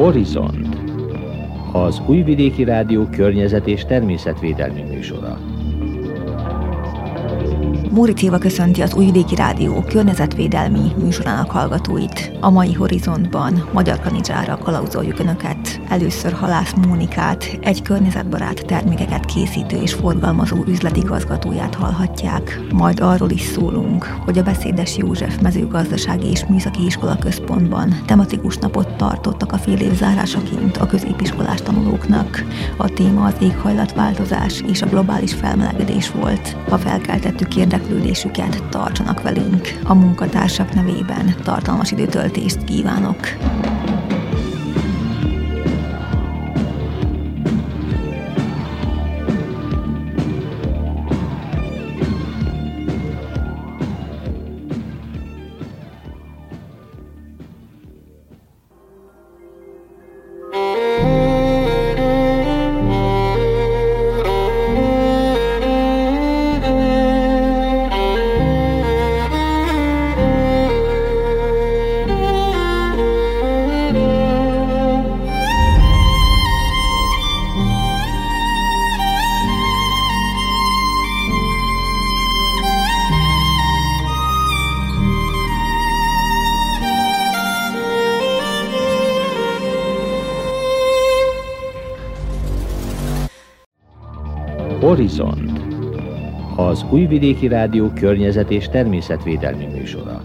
Horizont, az Újvidéki Rádió környezet- és természetvédelmi műsora. Móricz Éva köszönti az Újvidéki Rádió környezetvédelmi műsorának hallgatóit. A mai Horizontban Magyar Kanizsára kalauzoljuk Önöket. Először Halász Mónikát, egy környezetbarát termékeket készítő és forgalmazó üzletigazgatóját hallhatják. Majd arról is szólunk, hogy a Beszédes József Mezőgazdasági és Műszaki Iskola Központban tematikus napot tartottak a fél év zárásaként a középiskolás tanulóknak. A téma az éghajlatváltozás és a globális felmelegedés volt. Ha felkeltettük érdeklődésüket, tartsanak velünk. A munkatársak nevében tartalmas időtöltést kívánok. Horizont, az Újvidéki Rádió környezet- és természetvédelmi műsora.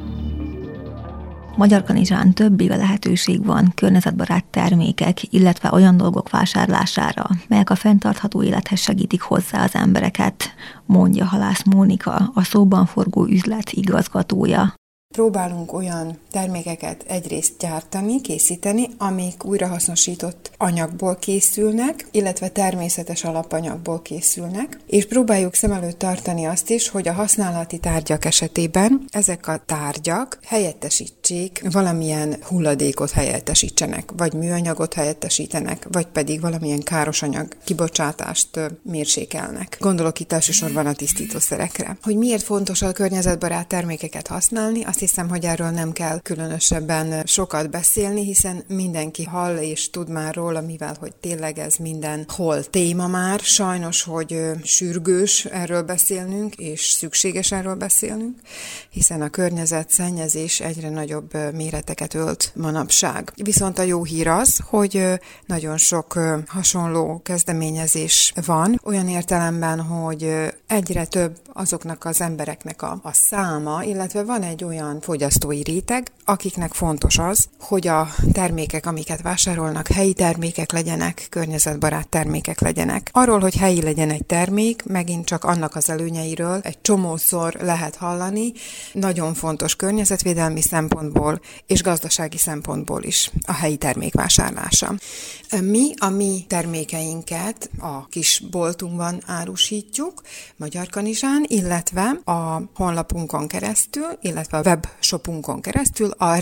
Magyarkanizsán több éve lehetőség van környezetbarát termékek, illetve olyan dolgok vásárlására, melyek a fenntartható élethez segítik hozzá az embereket, mondja Halász Mónika, a szóban forgó üzlet igazgatója. Próbálunk olyan termékeket egyrészt gyártani, készíteni, amik újrahasznosított anyagból készülnek, illetve természetes alapanyagból készülnek, és próbáljuk szem előtt tartani azt is, hogy a használati tárgyak esetében ezek a tárgyak helyettesítsék, valamilyen hulladékot helyettesítsenek, vagy műanyagot helyettesítenek, vagy pedig valamilyen káros anyag kibocsátást mérsékelnek. Gondolok itt elsősorban a tisztítószerekre. Hogy miért fontos a környezetbarát termékeket használni, azt hiszem, hogy erről nem kell különösebben sokat beszélni, hiszen mindenki hall és tud már róla, mivel hogy tényleg ez mindenhol téma már. Sajnos, hogy sürgős erről beszélnünk, és szükséges erről beszélnünk, hiszen a környezetszennyezés egyre nagyobb méreteket ölt manapság. Viszont a jó hír az, hogy nagyon sok hasonló kezdeményezés van, olyan értelemben, hogy egyre több azoknak az embereknek a száma, illetve van egy olyan fogyasztói réteg, akiknek fontos az, hogy a termékek, amiket vásárolnak, helyi termékek legyenek, környezetbarát termékek legyenek. Arról, hogy helyi legyen egy termék, megint csak annak az előnyeiről egy csomószor lehet hallani, nagyon fontos környezetvédelmi szempontból és gazdasági szempontból is a helyi termék vásárlása. Mi a mi termékeinket a kis boltunkban árusítjuk Magyarkanizsán, illetve a honlapunkon keresztül, illetve a webshopunkon keresztül a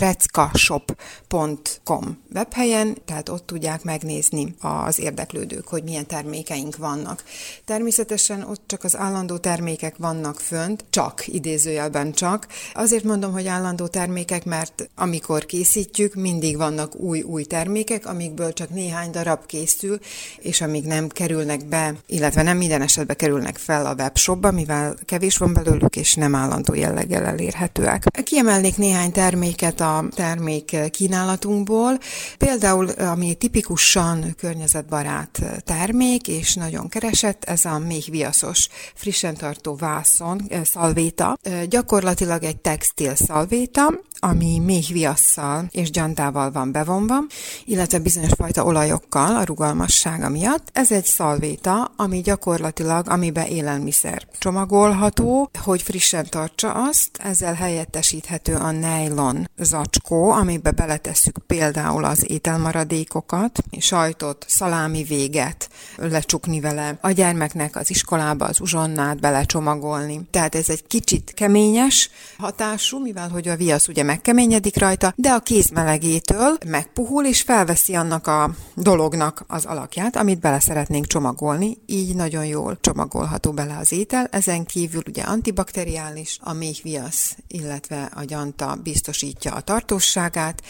reckashop.com webhelyen, tehát ott tudják megnézni az érdeklődők, hogy milyen termékeink vannak. Természetesen ott csak az állandó termékek vannak fönt, csak, idézőjelben csak. Azért mondom, hogy állandó termékek, mert amikor készítjük, mindig vannak új termékek, amikből csak néhány darab készül, és amíg nem kerülnek be, illetve nem minden esetben kerülnek fel a webshopba, mivel kevés van belőlük, és nem állandó jelleggel elérhetőek. Kiemelnék néhány terméket a termék kínálatunkból. Például, ami tipikusan környezetbarát termék, és nagyon keresett, ez a méhviaszos frissen tartó vászon szalvéta. Gyakorlatilag egy textil szalvéta, ami méhviasszal és gyantával van bevonva, illetve bizonyos fajta olajokkal a rugalmassága miatt. Ez egy szalvéta, ami gyakorlatilag, amiben élelmiszer csomagolható, hogy frissen tartsa azt, ezzel helyettesíthető a nylon zacskó, amiben beletesszük például az ételmaradékokat, sajtot, szalámi véget lecsukni vele, a gyermeknek az iskolába az uzsonnát belecsomagolni. Tehát ez egy kicsit keményes hatású, mivel hogy a viasz ugye megkeményedik rajta, de a kéz melegétől megpuhul, és felveszi annak a dolognak az alakját, amit bele szeretnénk csomagolni, így nagyon jól csomagolható bele az étel. Ezen kívül ugye antibakteriális, a méhviasz, illetve a gyanta biztosítja a tartósságát,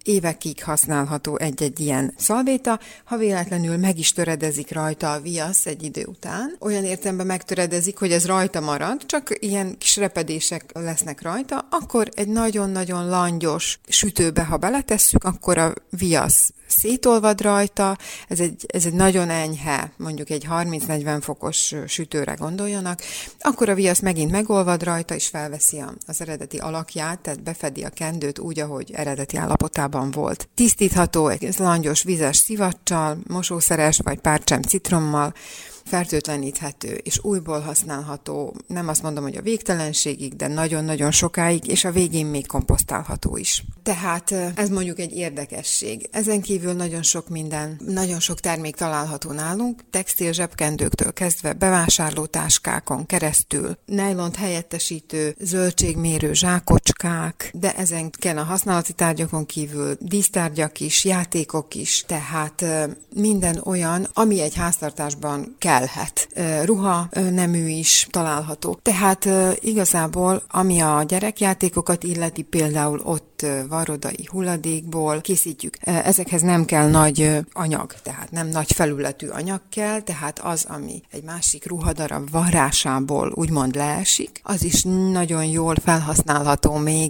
évekig használható egy-egy ilyen szalvéta, ha véletlenül meg is töredezik rajta a viasz egy idő után, olyan értelemben megtöredezik, hogy ez rajta marad, csak ilyen kis repedések lesznek rajta, akkor egy nagyon-nagyon langyos sütőbe, ha beletesszük, akkor a viasz szétolvad rajta, ez egy nagyon enyhe, mondjuk egy 30-40 fokos sütőre gondoljanak, akkor a viasz megint megolvad rajta, és felveszi az eredeti alakját, tehát befedi a kendőt úgy, ahogy eredeti állapotában volt. Tisztítható egy langyos vizes szivacsal, mosószeres vagy pár csemm citrommal, fertőtleníthető és újból használható, nem azt mondom, hogy a végtelenségig, de nagyon-nagyon sokáig, és a végén még komposztálható is. Tehát ez mondjuk egy érdekesség. Ezen kívül nagyon sok minden, nagyon sok termék található nálunk, textil zsebkendőktől kezdve bevásárlótáskákon keresztül, nejlont helyettesítő, zöldségmérő zsákocskák, de ezen a használati tárgyakon kívül dísztárgyak is, játékok is, tehát minden olyan, ami egy háztartásban kellhet. Ruha nemű is található. Tehát igazából, ami a gyerekjátékokat illeti, például ott varrodai hulladékból készítjük. Ezekhez nem kell nagy anyag, tehát nem nagy felületű anyag kell, tehát az, ami egy másik ruhadarab varrásából úgymond leesik, az is nagyon jól felhasználható még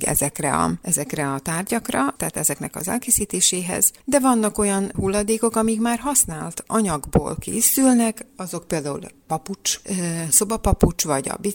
ezekre a tárgyakra, tehát ezeknek az elkészítéséhez. De vannak olyan hulladékok, amik már használt anyagból készülnek, azok például papucs, szobapapucs, vagy a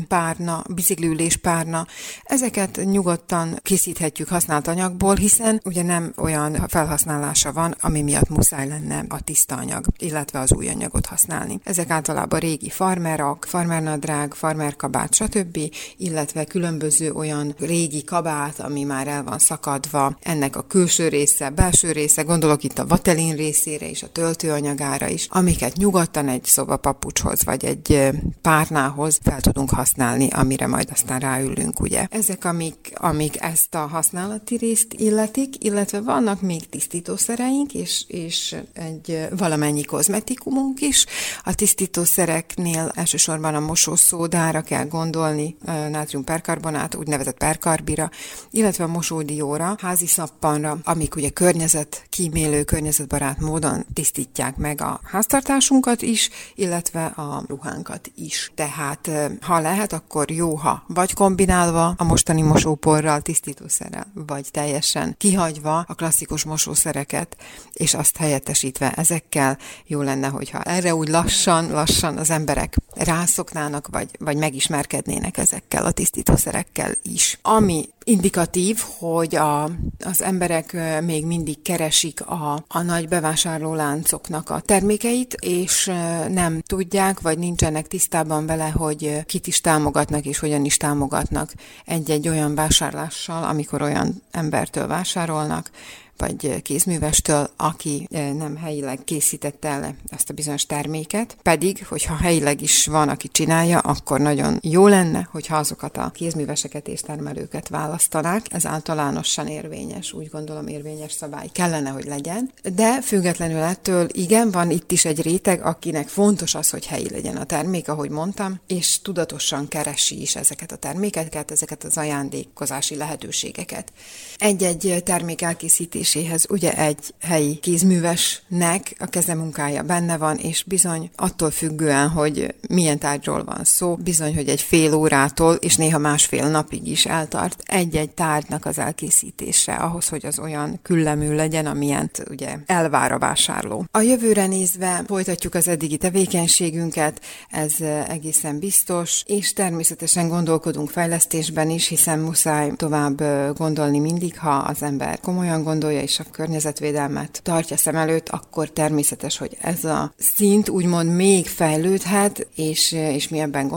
bicikliülés párna. Ezeket nyugodtan készíthetjük használt anyagból, hiszen ugye nem olyan felhasználása van, ami miatt muszáj lenne a tiszta anyag, illetve az új anyagot használni. Ezek általában régi farmerak, farmernadrág, farmerkabát, stb., illetve különböző olyan régi kabát, ami már el van szakadva, ennek a külső része, belső része, gondolok itt a vatelin részére és a töltőanyagára is, amiket nyugodtan egy szobapapucshoz vagy egy párnához fel tudunk használni, amire majd aztán ráülünk, ugye. Ezek, amik ezt a használati részt illetik, illetve vannak még tisztítószereink, és egy valamennyi kozmetikumunk is. A tisztítószereknél elsősorban a mosószódára kell gondolni, nátriumperkarbonát, úgynevezett perkarbira, illetve a mosódióra, házi szappanra, amik ugye környezetkímélő, környezetbarát módon tisztítják meg a háztartásunkat is, illetve a ruhánkat is. Tehát ha lehet, akkor jó, ha vagy kombinálva a mostani mosóporral, tisztítószerrel, vagy teljesen kihagyva a klasszikus mosószereket, és azt helyettesítve ezekkel, jó lenne, hogyha erre úgy lassan az emberek rászoknának, vagy megismerkednének ezekkel a tisztítószerekkel is. Ami indikatív, hogy az emberek még mindig keresik a nagy bevásárlóláncoknak a termékeit, és nem tudják, vagy nincsenek tisztában vele, hogy kit is támogatnak, és hogyan is támogatnak egy-egy olyan vásárlással, amikor olyan embertől vásárolnak, vagy kézművestől, aki nem helyileg készítette el ezt a bizonyos terméket. Pedig, hogyha helyileg is van, aki csinálja, akkor nagyon jó lenne, hogyha azokat a kézműveseket és termelőket választanák. Ez általánosan érvényes, úgy gondolom érvényes szabály kellene, hogy legyen. De függetlenül ettől, igen, van itt is egy réteg, akinek fontos az, hogy helyi legyen a termék, ahogy mondtam, és tudatosan keresi is ezeket a termékeket, ezeket az ajándékozási lehetőségeket. Egy-egy termék elkészítéséhez ugye egy helyi kézművesnek a kezemunkája benne van, és bizony attól függően, hogy milyen tárgyról van szó, bizony, hogy egy fél órától, és néha másfél napig is eltart egy-egy tárgynak az elkészítése, ahhoz, hogy az olyan küllemű legyen, amilyent ugye elvár a vásárló. A jövőre nézve folytatjuk az eddigi tevékenységünket, ez egészen biztos, és természetesen gondolkodunk fejlesztésben is, hiszen muszáj tovább gondolni mindig, ha az ember komolyan gondolja és a környezetvédelmet tartja szem előtt, akkor természetes, hogy ez a szint úgymond még fejlődhet, és mi ebben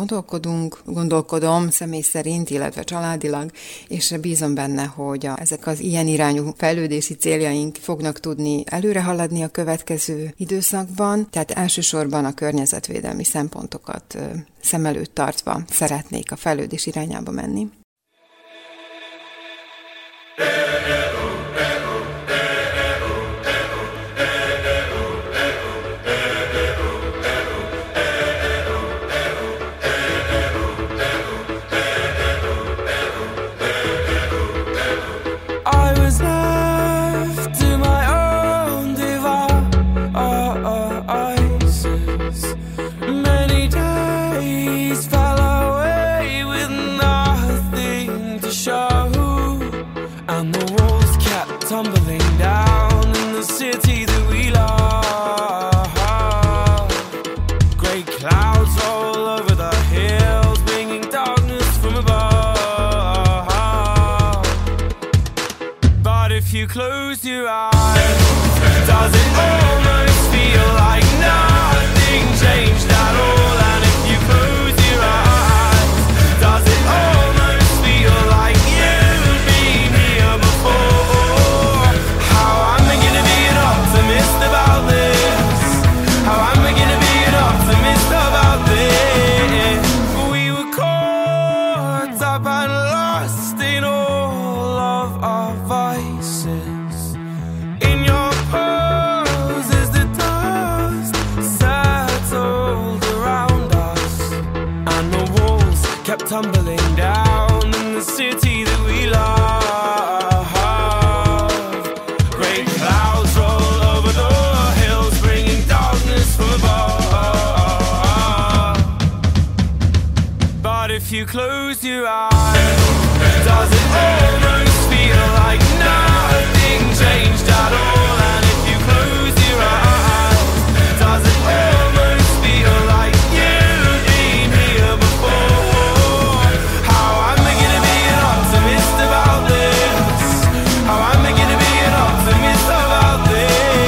gondolkodom személy szerint, illetve családilag, és bízom benne, hogy ezek az ilyen irányú fejlődési céljaink fognak tudni előre haladni a következő időszakban, tehát elsősorban a környezetvédelmi szempontokat szem előtt tartva szeretnék a fejlődés irányába menni. I was there you close your eyes, does it almost feel like nothing changed at all? And if you close your eyes, does it almost feel like you've been here before? How am I gonna be an optimist about this? How am I gonna be an optimist about this? We were caught up and lost in all of our vices. In your pose as the dust settled around us, and the walls kept tumbling down in the city that we love. Great clouds roll over the hills, bringing darkness from above. But if you close your eyes, does it almost feel like nothing changed at all? And if you close your eyes, does it almost feel like you've been here before? How am I gonna be an optimist about this? How am I gonna be an optimist about this?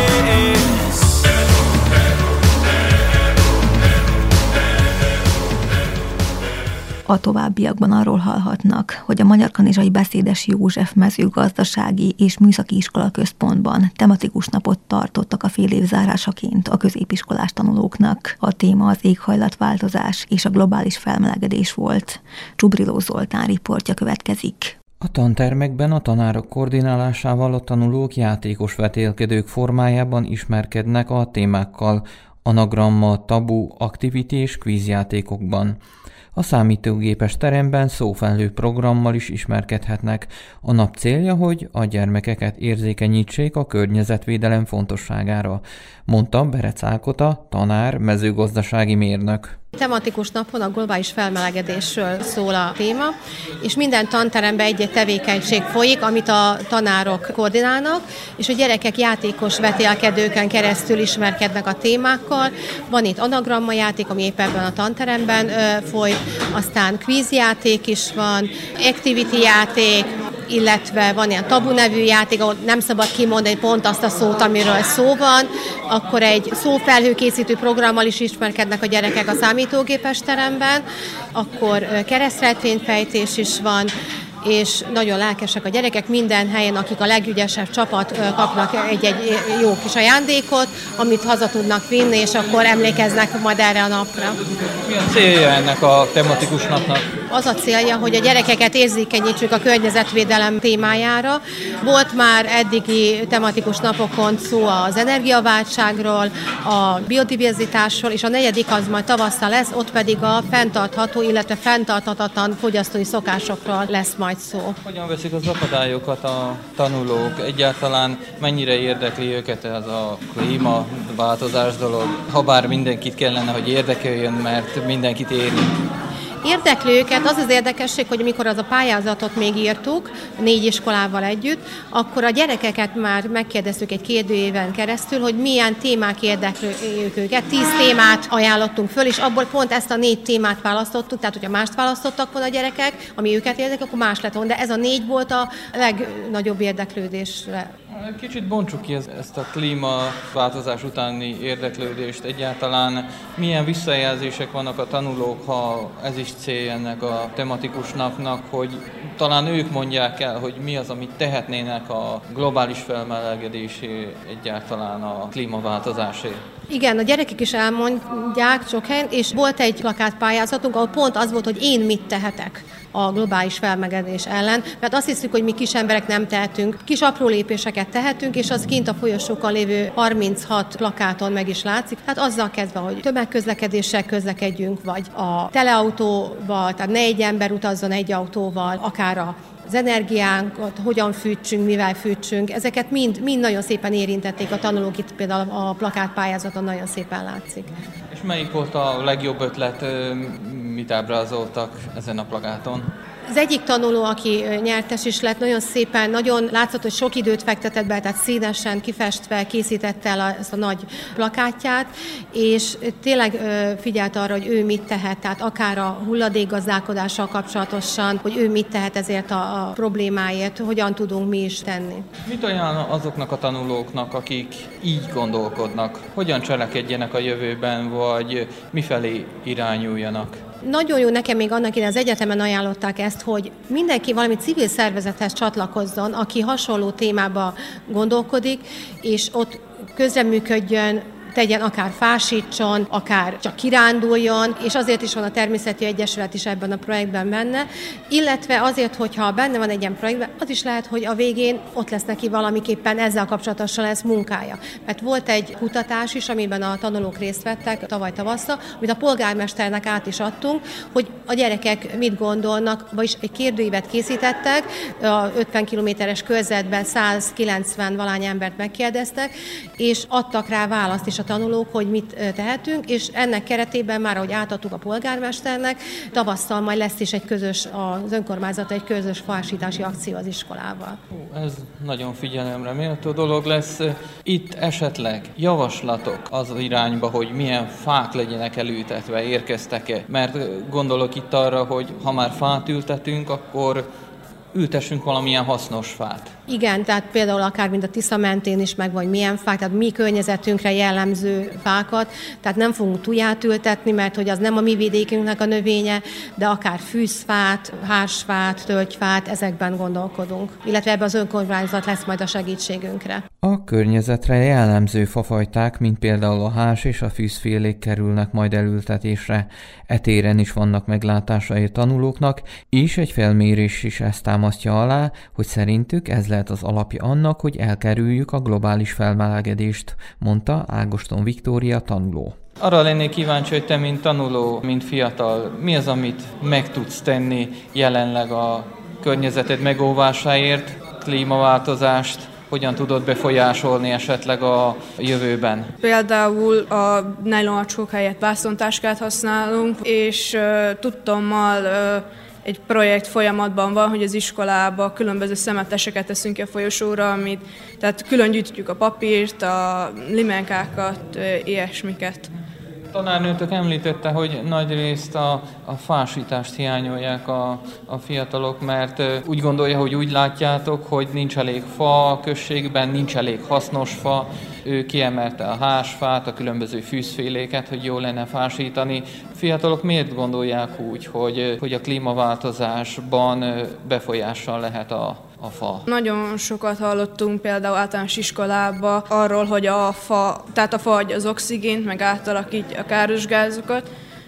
A továbbiakban arról hallhatnak, hogy a Magyarkanizsai Beszédes József mezőgazdasági és műszaki iskola központban tematikus napot tartottak a fél év zárásaként a középiskolás tanulóknak. A téma az éghajlatváltozás és a globális felmelegedés volt. Csubriló Zoltán riportja következik. A tantermekben a tanárok koordinálásával a tanulók játékos vetélkedők formájában ismerkednek a témákkal, anagramma, tabu, aktivitás és kvízjátékokban. A számítógépes teremben szófelhő programmal is ismerkedhetnek. A nap célja, hogy a gyermekeket érzékenyítsék a környezetvédelem fontosságára, mondta Berec Ákota, tanár, mezőgazdasági mérnök. Tematikus napon a globális felmelegedésről szól a téma, és minden tanteremben egy-egy tevékenység folyik, amit a tanárok koordinálnak, és a gyerekek játékos vetélkedőken keresztül ismerkednek a témákkal. Van itt anagramma játék, ami épp ebben a tanteremben folyik, aztán kvízjáték is van, activity játék, illetve van ilyen tabu nevű játék, ahol nem szabad kimondani pont azt a szót, amiről szó van, akkor egy szófelhőkészítő programmal is ismerkednek a gyerekek a számítógépes teremben, akkor keresztrejtvényfejtés is van, és nagyon lelkesek a gyerekek, minden helyen, akik a legügyesebb csapat, kapnak egy-egy jó kis ajándékot, amit haza tudnak vinni, és akkor emlékeznek majd erre a napra. Mi a célja ennek a tematikus napnak? Az a célja, hogy a gyerekeket érzékenyítsük a környezetvédelem témájára. Volt már eddigi tematikus napokon szó az energiaváltságról, a biodiverzitásról, és a negyedik az majd tavasszal lesz, ott pedig a fenntartható, illetve fenntarthatatlan fogyasztói szokásokról lesz majd szó. Hogyan veszik az akadályokat a tanulók? Egyáltalán mennyire érdekli őket ez a klímaváltozás dolog? Habár mindenkit kellene, hogy érdekeljön, mert mindenkit érint. Érdekli őket, az az érdekesség, hogy amikor az a pályázatot még írtuk, 4 iskolával együtt, akkor a gyerekeket már megkérdeztük egy kérdőéven keresztül, hogy milyen témák érdeklik őket. 10 témát ajánlottunk föl, és abból pont ezt a 4 témát választottuk, tehát hogyha mást választottak volna a gyerekek, ami őket érdekel, akkor más lett volna, de ez a 4 volt a legnagyobb érdeklődésre. Kicsit bontsuk ki ezt a klímaváltozás utáni érdeklődést. Egyáltalán milyen visszajelzések vannak a tanulók, ha ez is célja ennek a tematikus napnak, hogy talán ők mondják el, hogy mi az, amit tehetnének a globális felmelegedésé, egyáltalán a klímaváltozásért. Igen, a gyerekek is elmondják sok helyen, és volt egy plakátpályázatunk, ahol pont az volt, hogy én mit tehetek a globális felmelegedés ellen, mert azt hiszük, hogy mi kis emberek nem tehetünk, kis apró lépéseket tehetünk, és az kint a folyosókon lévő 36 plakáton meg is látszik. Tehát azzal kezdve, hogy tömegközlekedéssel közlekedjünk, vagy a teleautóval, tehát ne egy ember utazzon egy autóval, akár az energiánkat, hogyan fűtsünk, mivel fűtsünk, ezeket mind nagyon szépen érintették a tanulók, itt például a plakátpályázaton nagyon szépen látszik. És melyik volt a legjobb ötlet, mit ábrázoltak ezen a plakáton? Az egyik tanuló, aki nyertes is lett, nagyon szépen, nagyon látszott, hogy sok időt fektetett be, tehát színesen, kifestve készítette el ezt a nagy plakátját, és tényleg figyelt arra, hogy ő mit tehet, tehát akár a hulladékgazdálkodással kapcsolatosan, hogy ő mit tehet ezért a problémáért, hogyan tudunk mi is tenni. Mit ajánl azoknak a tanulóknak, akik így gondolkodnak? Hogyan cselekedjenek a jövőben, vagy mifelé irányuljanak? Nagyon jó, nekem még annak idején az egyetemen ajánlották ezt, hogy mindenki valami civil szervezethez csatlakozzon, aki hasonló témába gondolkodik, és ott közreműködjön, tegyen, akár fásítson, akár csak kiránduljon, és azért is van a Természeti Egyesület is ebben a projektben benne, illetve azért, hogyha benne van egy ilyen projektben, az is lehet, hogy a végén ott lesz neki valamiképpen ezzel kapcsolatosan lesz munkája. Mert volt egy kutatás is, amiben a tanulók részt vettek tavaly tavasszal, amit a polgármesternek át is adtunk, hogy a gyerekek mit gondolnak, vagyis egy kérdőívet készítettek, a 50 kilométeres körzetben 190 valány embert megkérdeztek, és adtak rá választ is a tanulók, hogy mit tehetünk, és ennek keretében már, ahogy átadtuk a polgármesternek, tavasszal majd lesz is egy közös, az önkormányzat egy közös fásítási akció az iskolával. Ez nagyon figyelemre méltó dolog lesz. Itt esetleg javaslatok az irányba, hogy milyen fák legyenek elültetve, érkeztek-e? Mert gondolok itt arra, hogy ha már fát ültetünk, akkor ültessünk valamilyen hasznos fát. Igen, tehát például akár mint a Tisza mentén is megvan, hogy milyen fák, tehát mi környezetünkre jellemző fákat, tehát nem fogunk tuját ültetni, mert hogy az nem a mi vidékünknek a növénye, de akár fűzfát, hársfát, tölgyfát, ezekben gondolkodunk. Illetve ebben az önkormányzat lesz majd a segítségünkre. A környezetre jellemző fafajták, mint például a hárs és a fűzfélék kerülnek majd elültetésre. E téren is vannak meglátásai tanulóknak, és egy felmérés is ezt támasztja alá, hogy szerintük ez lehet az alapja annak, hogy elkerüljük a globális felmelegedést, mondta Ágoston Viktória tanuló. Arra lennék kíváncsi, hogy te, mint tanuló, mint fiatal, mi az, amit meg tudsz tenni jelenleg a környezeted megóvásáért, klímaváltozást, hogyan tudod befolyásolni esetleg a jövőben? Például a nejlonacskók helyett vászontáskát használunk, és tudtommal egy projekt folyamatban van, hogy az iskolába különböző szemeteseket teszünk ki a folyosóra, tehát külön gyűjtjük a papírt, a limenkákat, ilyesmiket. Tanárnőtök említette, hogy nagyrészt a fásítást hiányolják a fiatalok, mert úgy gondolja, hogy úgy látjátok, hogy nincs elég fa a községben, nincs elég hasznos fa. Ő kiemelte a hársfát, a különböző fűzféléket, hogy jó lenne fásítani. Fiatalok miért gondolják úgy, hogy a klímaváltozásban befolyással lehet a fa? Nagyon sokat hallottunk például általános iskolába arról, hogy a fa adja az oxigént, meg átalakítja a káros gázokat,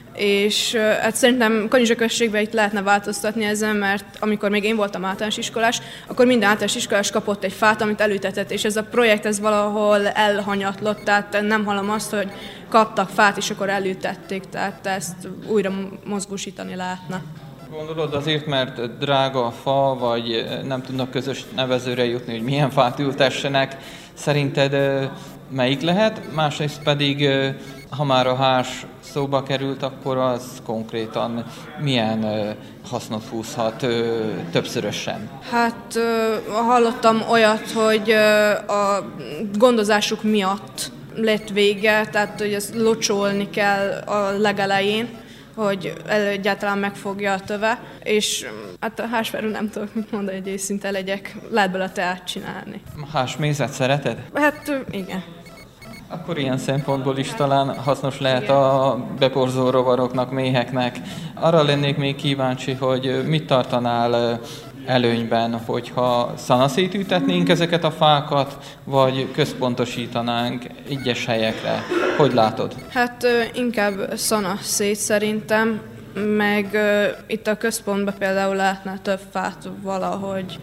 és hát szerintem Kanizsa községben itt lehetne változtatni ezen, mert amikor még én voltam általános iskolás, akkor minden általános iskolás kapott egy fát, amit elültetett, és ez a projekt ez valahol elhanyatlott, tehát nem hallom azt, hogy kaptak fát, és akkor elültették, tehát ezt újra mozgósítani lehetne. Gondolod azért, mert drága a fa, vagy nem tudnak közös nevezőre jutni, hogy milyen fát ültessenek. Szerinted melyik lehet? Másrészt pedig, ha már a hárs szóba került, akkor az konkrétan milyen hasznot húzhat többszörösen? Hát hallottam olyat, hogy a gondozásuk miatt lett vége, tehát hogy ezt locsolni kell a legelején, hogy egyáltalán megfogja a töve, és hát a hársfáról nem tudok mit mondani, hogy őszinte legyek, lehet belőle teát csinálni. Hásmézet szereted? Hát igen. Akkor ilyen szempontból is talán hasznos lehet a beporzó rovaroknak, méheknek. Arra lennék még kíváncsi, hogy mit tartanál előnyben, hogyha szanaszét ültetnénk ezeket a fákat, vagy központosítanánk egyes helyekre. Hogy látod? Hát inkább szanaszét szerintem, meg itt a központban például lehetne több fát valahogy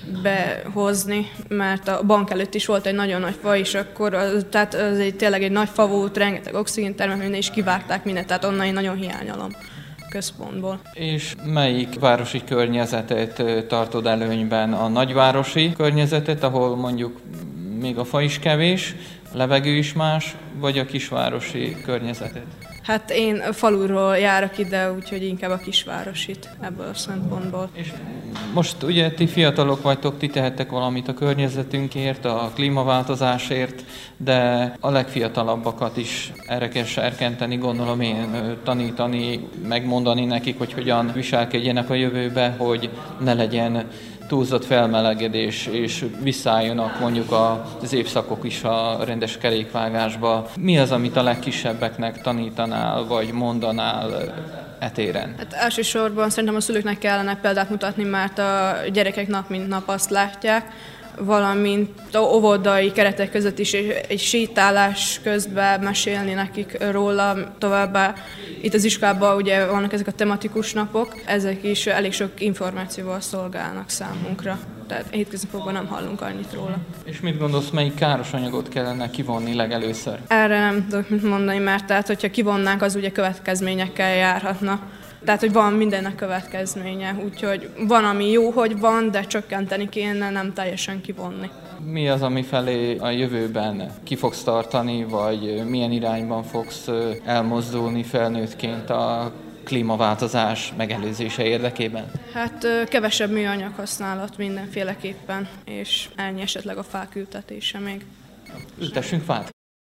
behozni, mert a bank előtt is volt egy nagyon nagy fa, és akkor tehát az tényleg egy nagy fa volt, rengeteg oxigént termelt minden, és kivágták mindent, tehát onnan én nagyon hiányolom központból. És melyik városi környezetet tartod előnyben? A nagyvárosi környezetet, ahol mondjuk még a fa is kevés, a levegő is más, vagy a kisvárosi környezetet? Hát én faluról járok ide, úgyhogy inkább a kisvárosit ebből a szempontból. És most ugye ti fiatalok vagytok, ti tehettek valamit a környezetünkért, a klímaváltozásért, de a legfiatalabbakat is erre kell serkenteni, gondolom én, tanítani, megmondani nekik, hogy hogyan viselkedjenek a jövőbe, hogy ne legyen túlzott felmelegedés, és visszaálljanak mondjuk az évszakok is a rendes kerékvágásba. Mi az, amit a legkisebbeknek tanítanál, vagy mondanál etéren? Hát elsősorban szerintem a szülőknek kellene példát mutatni, mert a gyerekek nap mint nap azt látják, valamint óvodai keretek között is egy sétálás közben mesélni nekik róla, továbbá itt az iskolában ugye vannak ezek a tematikus napok, ezek is elég sok információval szolgálnak számunkra. Tehát hétköznapokban nem hallunk annyit róla. És mit gondolsz, melyik káros anyagot kellene kivonni legelőször? Erre nem tudok mit mondani, mert tehát, hogyha kivonnánk, az ugye következményekkel járhatna. Tehát, hogy van mindennek következménye, úgyhogy van, ami jó, hogy van, de csökkenteni kéne, nem teljesen kivonni. Mi az, ami felé a jövőben ki fogsz tartani, vagy milyen irányban fogsz elmozdulni felnőttként a klímaváltozás megelőzése érdekében? Hát kevesebb műanyag használat mindenféleképpen, és ennyi esetleg a fák ültetése még. Ültessünk fát!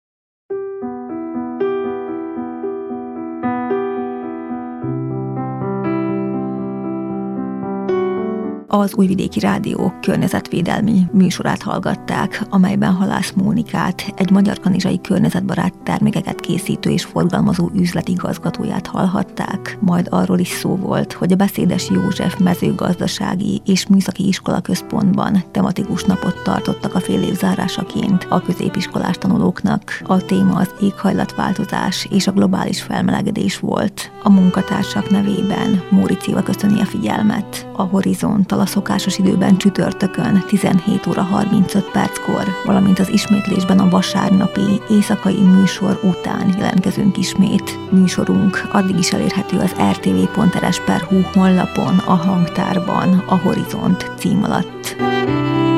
Az Újvidéki Rádió környezetvédelmi műsorát hallgatták, amelyben Halász Mónikát, egy magyarkanizsai környezetbarát termékeket készítő és forgalmazó üzletigazgatóját hallhatták. Majd arról is szó volt, hogy a Beszédes József mezőgazdasági és műszaki iskolaközpontban tematikus napot tartottak a fél év zárásaként a középiskolás tanulóknak. A téma az éghajlatváltozás és a globális felmelegedés volt. A munkatársak nevében Móricéva köszöni a figyelmet. A Horizont a szokásos időben csütörtökön 17 óra 35 perckor, valamint az ismétlésben a vasárnapi éjszakai műsor után jelentkezünk ismét. Műsorunk addig is elérhető az rtv.rs.hu honlapon, a hangtárban, a Horizont cím alatt.